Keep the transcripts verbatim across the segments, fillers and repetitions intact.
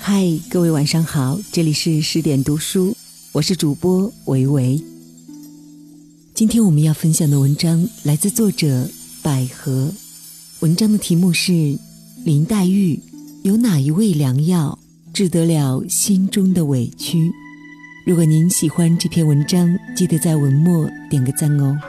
嗨，各位晚上好，这里是十点读书，我是主播维维。今天我们要分享的文章来自作者百合，文章的题目是林黛玉，有哪一味良药治得了心中的委屈？如果您喜欢这篇文章，记得在文末点个赞哦。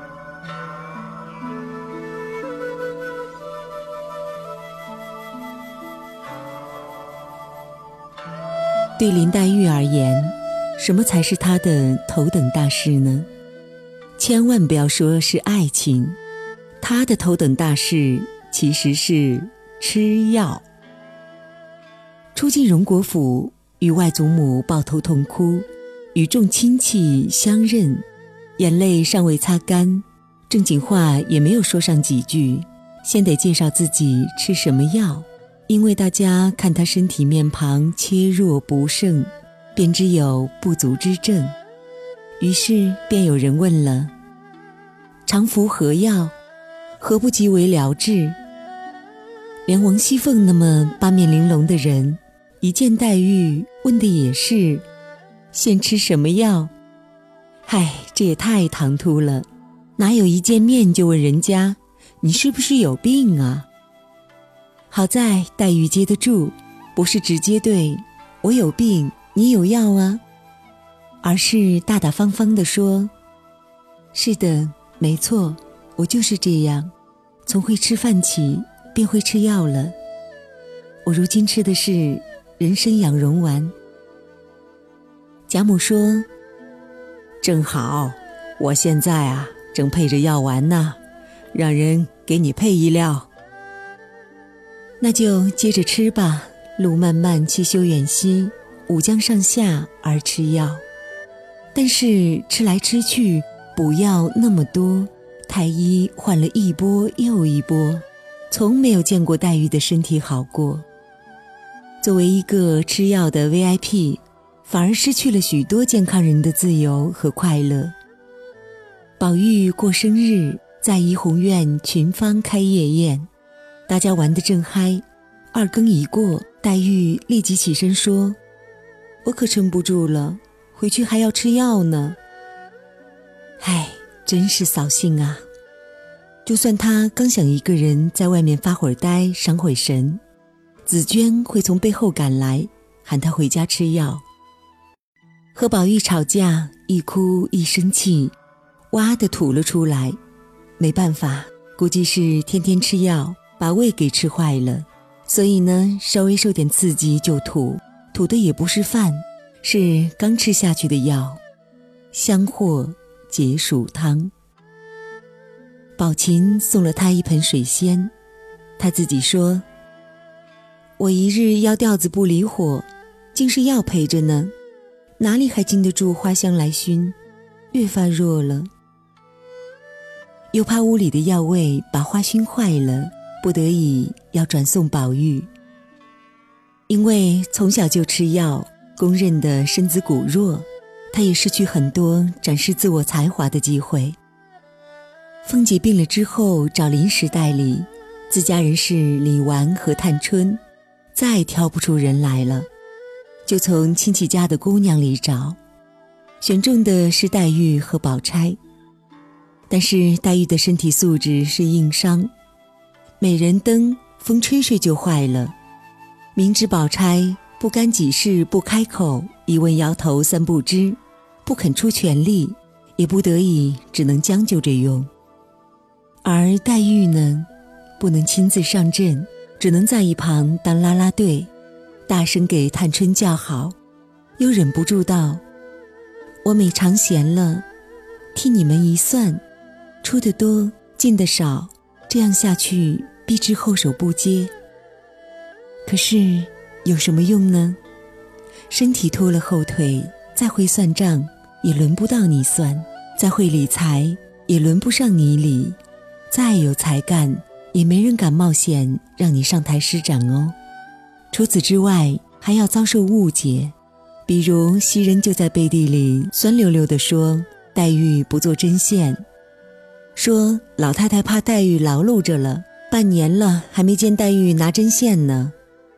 对林黛玉而言，什么才是她的头等大事呢？千万不要说是爱情，她的头等大事其实是吃药。初进荣国府，与外祖母抱头痛哭，与众亲戚相认，眼泪尚未擦干，正经话也没有说上几句，先得介绍自己吃什么药。因为大家看他身体面庞切弱不胜，便知有不足之症，于是便有人问了：常服何药？何不即为疗治？连王熙凤那么八面玲珑的人，一见黛玉问的也是现吃什么药？嗨，这也太唐突了，哪有一见面就问人家你是不是有病啊？好在黛玉接得住，不是直接对我有病你有药啊，而是大大方方地说：是的，没错，我就是这样，从会吃饭起便会吃药了。我如今吃的是人参养荣丸。贾母说：正好，我现在啊正配着药丸呢，让人给你配一料。那就接着吃吧，路漫漫其修远兮，吾将上下而吃药。但是吃来吃去，补药那么多，太医换了一波又一波，从没有见过黛玉的身体好过。作为一个吃药的 V I P， 反而失去了许多健康人的自由和快乐。宝玉过生日，在怡红院群芳开夜宴，大家玩得正嗨，二更一过，黛玉立即起身说：我可撑不住了，回去还要吃药呢。唉，真是扫兴啊。就算她刚想一个人在外面发会儿呆赏会神，紫娟会从背后赶来喊她回家吃药。和宝玉吵架，一哭一生气，哇地吐了出来，没办法，估计是天天吃药把胃给吃坏了，所以呢稍微受点刺激就吐，吐的也不是饭，是刚吃下去的药，香货解暑汤。宝琴送了他一盆水仙，他自己说：我一日要吊子不离火，竟是药陪着呢，哪里还经得住花香来熏，越发弱了。又怕屋里的药味把花熏坏了，不得已要转送宝玉。因为从小就吃药，公认的身子骨弱，他也失去很多展示自我才华的机会。凤姐病了之后找临时代理，自家人是李纨和探春，再挑不出人来了，就从亲戚家的姑娘里找，选中的是黛玉和宝钗。但是黛玉的身体素质是硬伤，美人灯风吹吹就坏了，明知宝钗不干己事不开口，一问摇头三不知，不肯出全力，也不得已只能将就着用。而黛玉呢，不能亲自上阵，只能在一旁当啦啦队，大声给探春叫好，又忍不住道：我每常闲了，替你们一算，出得多进得少，这样下去必致后手不接。可是有什么用呢？身体拖了后腿，再会算账也轮不到你算，再会理财也轮不上你理，再有才干也没人敢冒险让你上台施展哦。除此之外还要遭受误解，比如袭人就在背地里酸溜溜地说黛玉不做针线，说老太太怕黛玉劳碌着了，半年了还没见黛玉拿针线呢。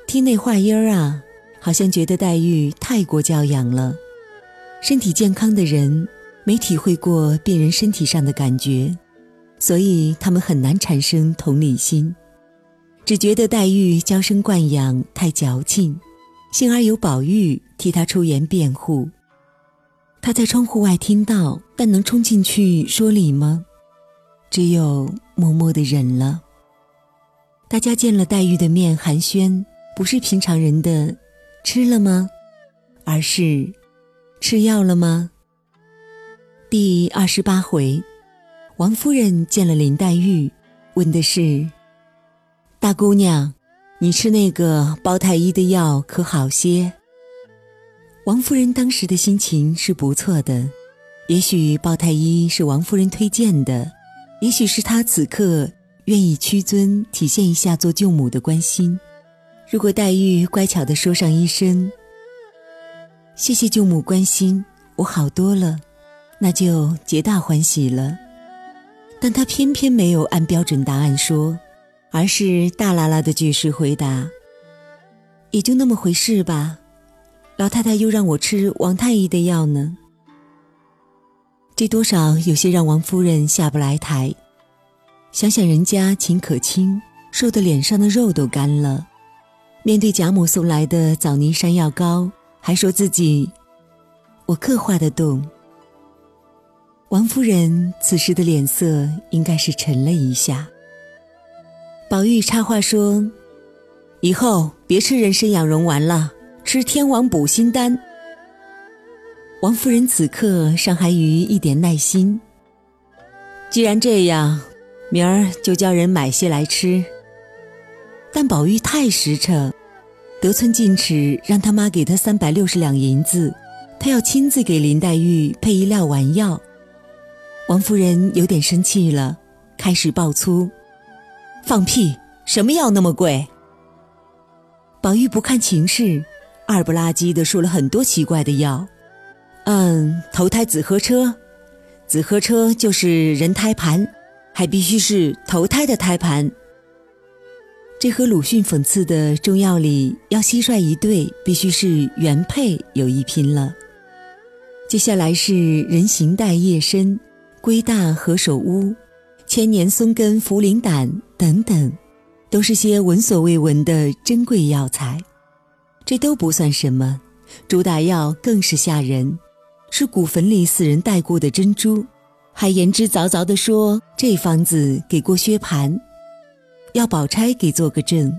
听那话音儿啊，好像觉得黛玉太过教养了。身体健康的人没体会过病人身体上的感觉，所以他们很难产生同理心，只觉得黛玉娇生惯养太矫情，幸而有宝玉替她出言辩护。他在窗户外听到，但能冲进去说理吗？只有默默地忍了。大家见了黛玉的面寒暄，不是平常人的吃了吗，而是吃药了吗？第二十八回，王夫人见了林黛玉，问的是：大姑娘，你吃那个包太医的药可好些？王夫人当时的心情是不错的，也许包太医是王夫人推荐的，也许是她此刻愿意屈尊体现一下做舅母的关心。如果黛玉乖巧地说上一声谢谢舅母关心，我好多了，那就皆大欢喜了。但她偏偏没有按标准答案说，而是大啦啦的句式回答：也就那么回事吧，老太太又让我吃王太医的药呢。这多少有些让王夫人下不来台。想想人家秦可卿瘦得脸上的肉都干了，面对贾母送来的枣泥山药膏，还说自己我刻画得动。王夫人此时的脸色应该是沉了一下。宝玉插话说：以后别吃人参养荣丸了，吃天王补心丹。王夫人此刻尚还余一点耐心，既然这样，明儿就叫人买些来吃。但宝玉太实诚，得寸进尺，让他妈给他三百六十两银子，他要亲自给林黛玉配一料丸药。王夫人有点生气了，开始爆粗：放屁，什么药那么贵？宝玉不看情势，二不拉几地说了很多奇怪的药。嗯，头胎紫河车，紫河车就是人胎盘，还必须是头胎的胎盘。这和鲁迅讽刺的中药里要蟋蟀一对必须是原配有一拼了。接下来是人形带叶参、龟大何首乌、千年松根茯苓胆等等，都是些闻所未闻的珍贵药材。这都不算什么，主打药更是吓人，是古坟里死人戴过的珍珠，还言之凿凿地说这方子给过薛蟠，要宝钗给做个证。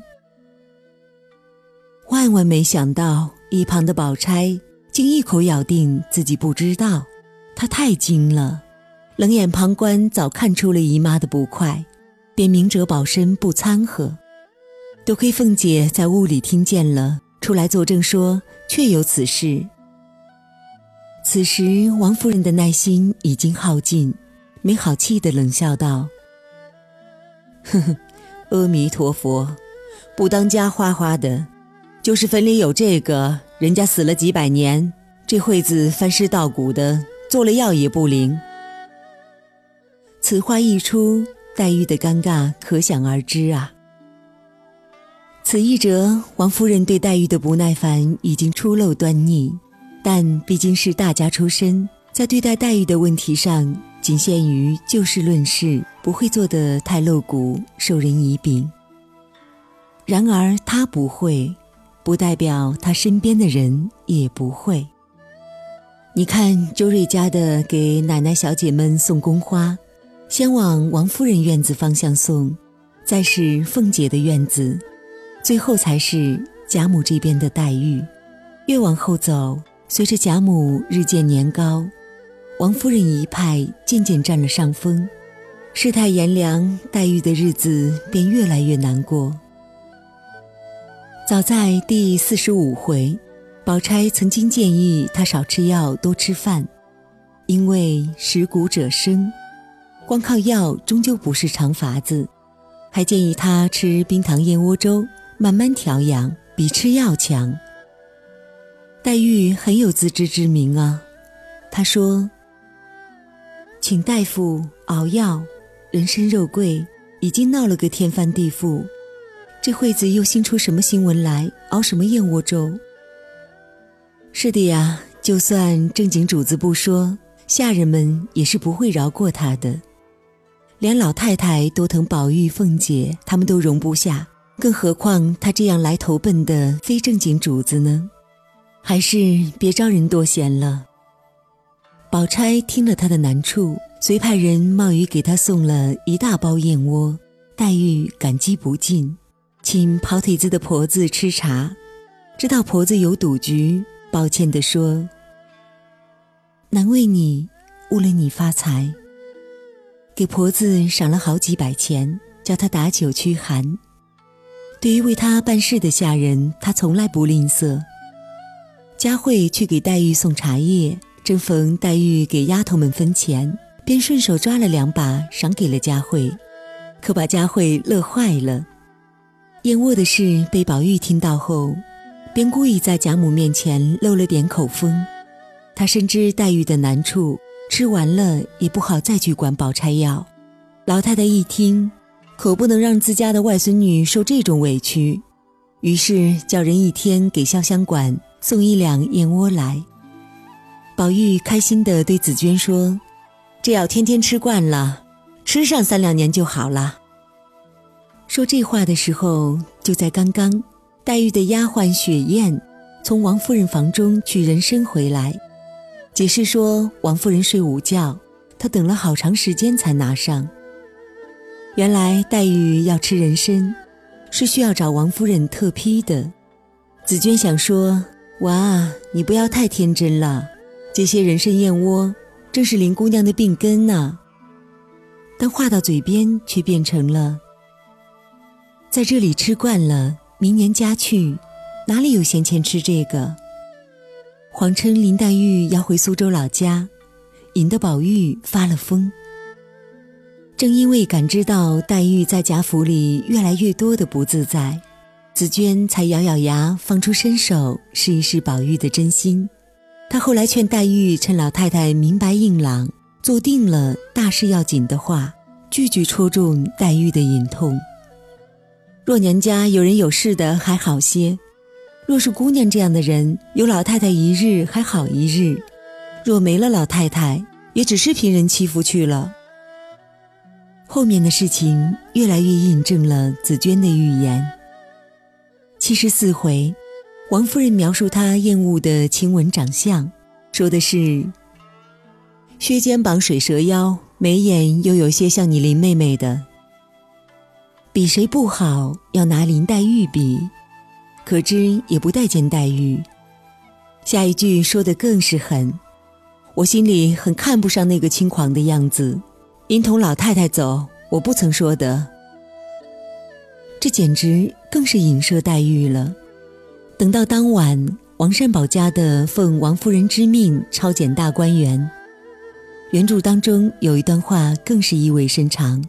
万万没想到，一旁的宝钗竟一口咬定自己不知道，她太精了，冷眼旁观早看出了姨妈的不快，便明哲保身不掺和。多亏凤姐在屋里听见了，出来作证说确有此事。此时王夫人的耐心已经耗尽，没好气地冷笑道：呵呵，阿弥陀佛，不当家花花的，就是坟里有这个，人家死了几百年，这会子翻尸倒骨的，做了药也不灵。此话一出，黛玉的尴尬可想而知啊。此一折，王夫人对黛玉的不耐烦已经初露端倪，但毕竟是大家出身，在对待黛玉的问题上仅限于就事论事，不会做得太露骨受人疑柄。然而她不会，不代表她身边的人也不会。你看周瑞家的给奶奶小姐们送宫花，先往王夫人院子方向送，再是凤姐的院子，最后才是贾母这边的黛玉。越往后走，随着贾母日渐年高，王夫人一派渐渐占了上风，世态炎凉，黛玉的日子便越来越难过。早在第四十五回，宝钗曾经建议她少吃药多吃饭，因为食谷者生，光靠药终究不是长法子，还建议她吃冰糖燕窝粥，慢慢调养，比吃药强。黛玉很有自知之明啊，她说：请大夫熬药，人参肉桂已经闹了个天翻地覆， 这惠子又新出什么新闻来，熬什么燕窝粥？是的呀，就算正经主子不说，下人们也是不会饶过他的。连老太太多疼宝玉凤姐，他们都容不下，更何况他这样来投奔的非正经主子呢？还是别招人多嫌了。宝钗听了他的难处，遂派人冒雨给他送了一大包燕窝，黛玉感激不尽，请跑腿子的婆子吃茶，知道婆子有赌局，抱歉地说：难为你误了你发财，给婆子赏了好几百钱，叫她打酒驱寒。对于为她办事的下人，她从来不吝啬。佳慧去给黛玉送茶叶，正逢黛玉给丫头们分钱，便顺手抓了两把赏给了佳慧，可把佳慧乐坏了。燕窝的事被宝玉听到后，便故意在贾母面前漏了点口风。他深知黛玉的难处，吃完了也不好再去管宝钗要。老太太一听，可不能让自家的外孙女受这种委屈，于是叫人一天给潇湘馆送一两燕窝来。宝玉开心地对紫鹃说：这要天天吃惯了，吃上三两年就好了。说这话的时候，就在刚刚，黛玉的丫鬟雪雁从王夫人房中取人参回来，解释说王夫人睡午觉，她等了好长时间才拿上。原来黛玉要吃人参，是需要找王夫人特批的。紫鹃想说：哇，你不要太天真了，这些人参燕窝正是林姑娘的病根呢。但话到嘴边却变成了：在这里吃惯了，明年家去，哪里有闲钱吃这个？谎称林黛玉要回苏州老家，引得宝玉发了疯。正因为感知到黛玉在贾府里越来越多的不自在，紫鹃才咬咬牙放出身手试一试宝玉的真心。她后来劝黛玉趁老太太明白硬朗，做定了大事要紧的话，句句戳中黛玉的隐痛。若娘家有人有事的还好些，若是姑娘这样的人，有老太太一日还好一日，若没了老太太，也只是凭人欺负去了。后面的事情越来越印证了紫鹃的预言。七十四回，王夫人描述她厌恶的晴雯长相，说的是：削肩膀水蛇腰，眉眼又有些像你林妹妹的。比谁不好，要拿林黛玉比，可知也不待见黛玉。下一句说得更是狠：我心里很看不上那个轻狂的样子，因同老太太走，我不曾说的。这简直更是影射黛玉了。等到当晚，王善保家的奉王夫人之命抄检大观园，原著当中有一段话更是意味深长。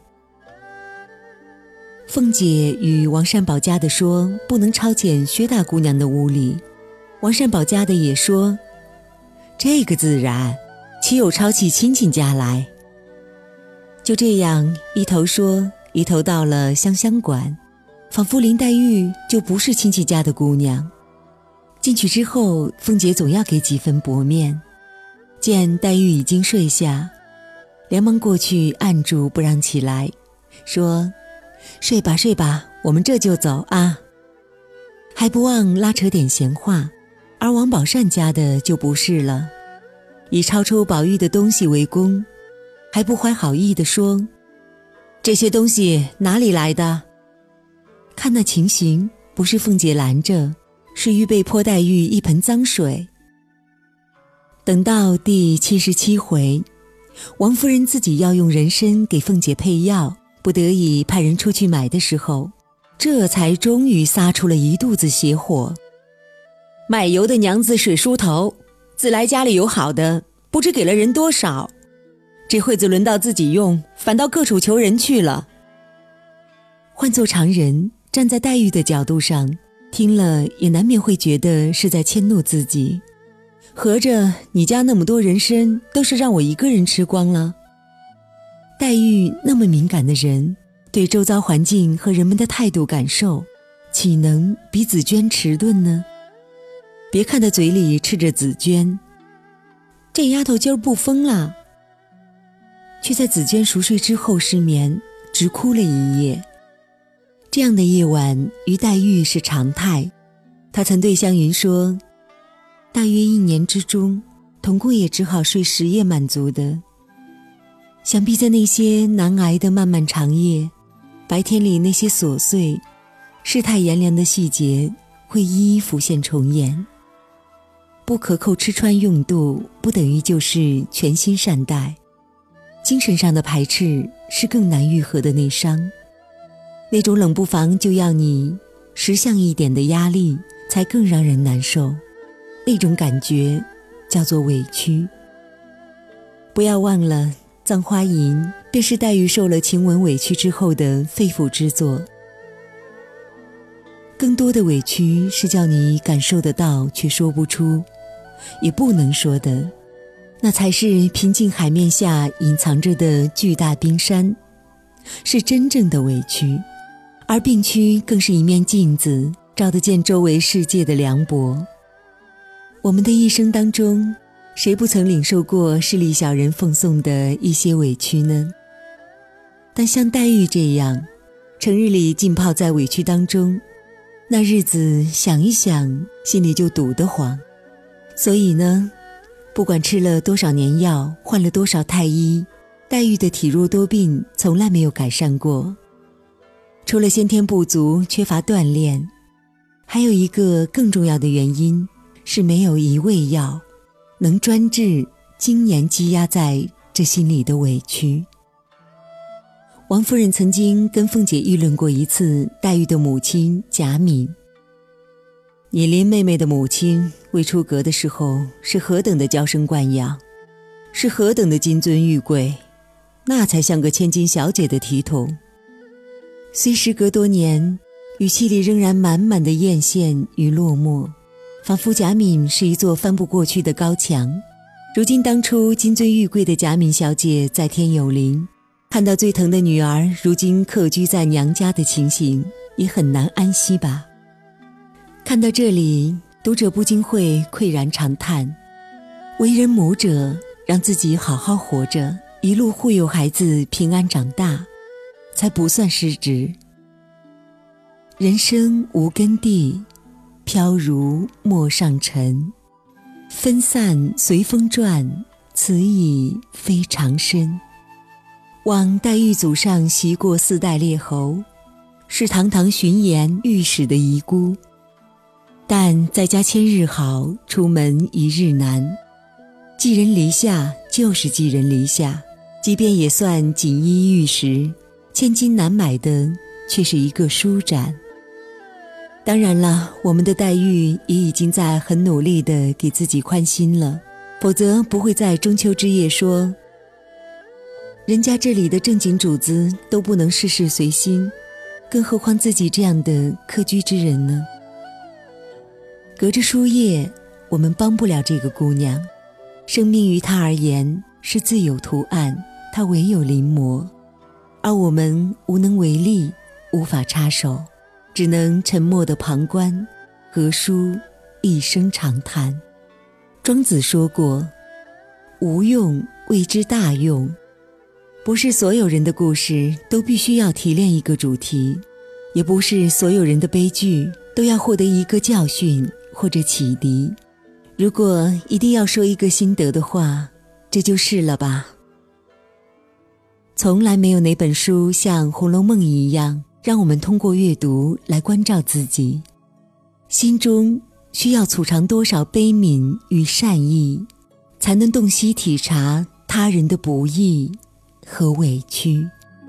凤姐与王善保家的说不能抄检薛大姑娘的屋里，王善保家的也说这个自然，岂有抄起亲戚家来。就这样一头说一头到了香香馆，仿佛林黛玉就不是亲戚家的姑娘。进去之后，凤姐总要给几分薄面，见黛玉已经睡下，连忙过去按住不让起来，说：睡吧睡吧，我们这就走啊。还不忘拉扯点闲话。而王宝善家的就不是了，以抄出宝玉的东西为功，还不怀好意地说：这些东西哪里来的？看那情形，不是凤姐拦着，是预备泼黛玉一盆脏水。等到第七十七回，王夫人自己要用人参给凤姐配药，不得已派人出去买的时候，这才终于撒出了一肚子邪火。卖油的娘子水梳头，自来家里有好的，不知给了人多少，这会子轮到自己用，反倒各处求人去了。换做常人，站在黛玉的角度上，听了也难免会觉得是在迁怒自己。合着你家那么多人参，都是让我一个人吃光了。黛玉那么敏感的人，对周遭环境和人们的态度感受， 岂能比紫娟迟钝呢？别看她嘴里吃着紫娟，这丫头今儿不疯了，却在紫娟熟睡之后失眠，直哭了一夜。这样的夜晚于黛玉是常态，她曾对湘云说，大约一年之中，童姑也只好睡十夜满足的。想必在那些难挨的漫漫长夜，白天里那些琐碎世态炎凉的细节会一一浮现重演。不可扣吃穿用度，不等于就是全心善待。精神上的排斥是更难愈合的内伤，那种冷不防就要你识相一点的压力才更让人难受，那种感觉叫做委屈。不要忘了，《葬花吟》便是黛玉受了晴雯委屈之后的肺腑之作。更多的委屈是叫你感受得到却说不出，也不能说的，那才是平静海面下隐藏着的巨大冰山，是真正的委屈。而病躯更是一面镜子，照得见周围世界的凉薄。我们的一生当中，谁不曾领受过势利小人奉送的一些委屈呢？但像黛玉这样成日里浸泡在委屈当中，那日子想一想心里就堵得慌。所以呢，不管吃了多少年药，换了多少太医，黛玉的体弱多病从来没有改善过。除了先天不足，缺乏锻炼，还有一个更重要的原因是没有一味药能专治经年积压在这心里的委屈。王夫人曾经跟凤姐议论过一次黛玉的母亲贾敏，你林妹妹的母亲未出阁的时候是何等的娇生惯养，是何等的金尊玉贵，那才像个千金小姐的体统。虽时隔多年，语气里仍然满满的艳羡与落寞，仿佛贾敏是一座翻不过去的高墙。如今当初金尊玉贵的贾敏小姐在天有灵，看到最疼的女儿如今客居在娘家的情形，也很难安息吧。看到这里，读者不禁会喟然长叹，为人母者让自己好好活着，一路护佑孩子平安长大，才不算失职。人生无根蒂，飘如陌上尘，分散随风转，此已非常身。望黛玉祖上袭过四代列侯，是堂堂巡盐御史的遗孤，但在家千日好，出门一日难。寄人篱下就是寄人篱下，即便也算锦衣玉食，千金难买的却是一个舒展。当然了，我们的黛玉也已经在很努力地给自己宽心了，否则不会在中秋之夜说，人家这里的正经主子都不能事事随心，更何况自己这样的客居之人呢？隔着书页，我们帮不了这个姑娘，生命于她而言是自有图案，她唯有临摹，而我们无能为力，无法插手，只能沉默地旁观，何书一声长叹。庄子说过，无用谓之大用。不是所有人的故事都必须要提炼一个主题，也不是所有人的悲剧都要获得一个教训或者启迪。如果一定要说一个心得的话，这就是了吧。从来没有哪本书像《红楼梦》一样，让我们通过阅读来关照自己，心中需要储藏多少悲悯与善意，才能洞悉体察他人的不易和委屈。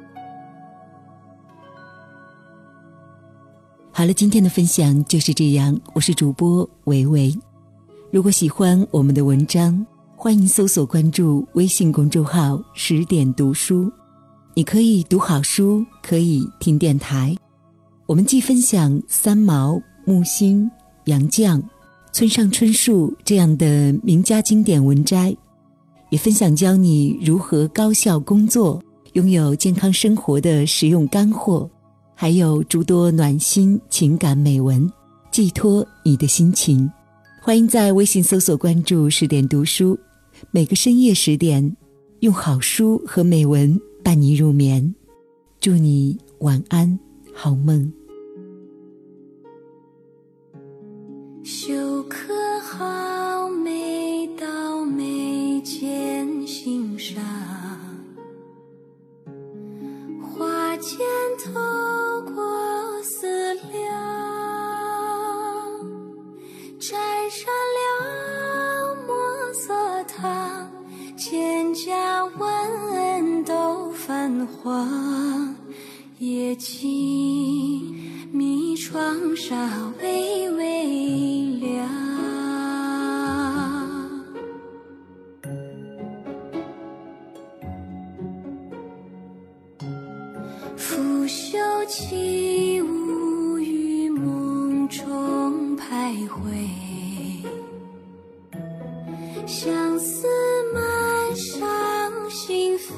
好了，今天的分享就是这样，我是主播维维。如果喜欢我们的文章，欢迎搜索关注微信公众号十点读书，你可以读好书，可以听电台。我们既分享三毛、木心、杨绛、村上春树这样的名家经典文摘，也分享教你如何高效工作，拥有健康生活的实用干货， 还有诸多暖心情感美文，寄托你的心情。欢迎在微信搜索关注十点读书，每个深夜十点，用好书和美文伴你入眠。祝你晚安，好梦。 绣颗好美到眉间心上，花间透过思量，沾上了墨色烫，蒹葭闻都泛黄，夜静迷窗纱微微亮，拂袖起舞于梦中徘徊，相思满上心扉，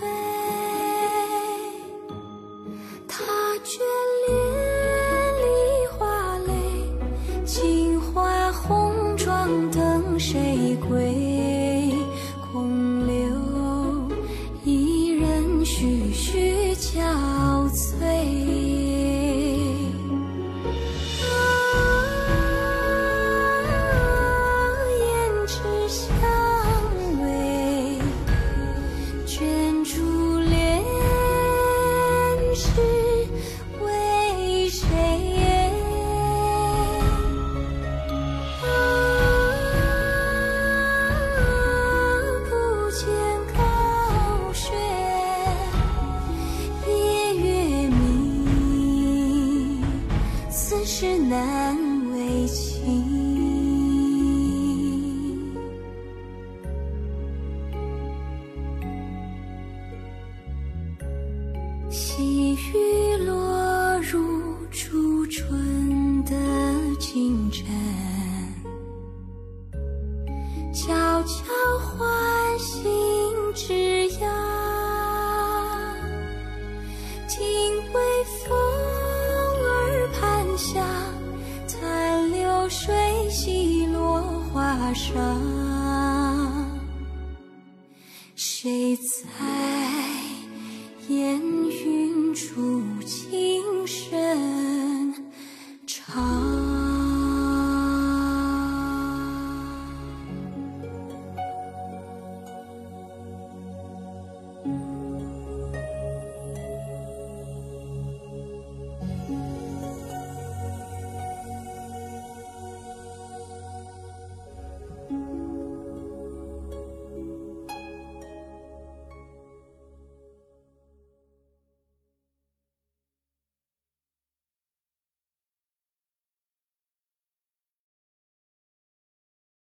他眷恋梨花泪，镜花红妆等谁归？空留一人徐徐憔悴。是难为情，细雨落入初春的清晨，悄悄唤醒枝桠，听微风下，叹流水洗落花上，谁在烟云处轻声唱。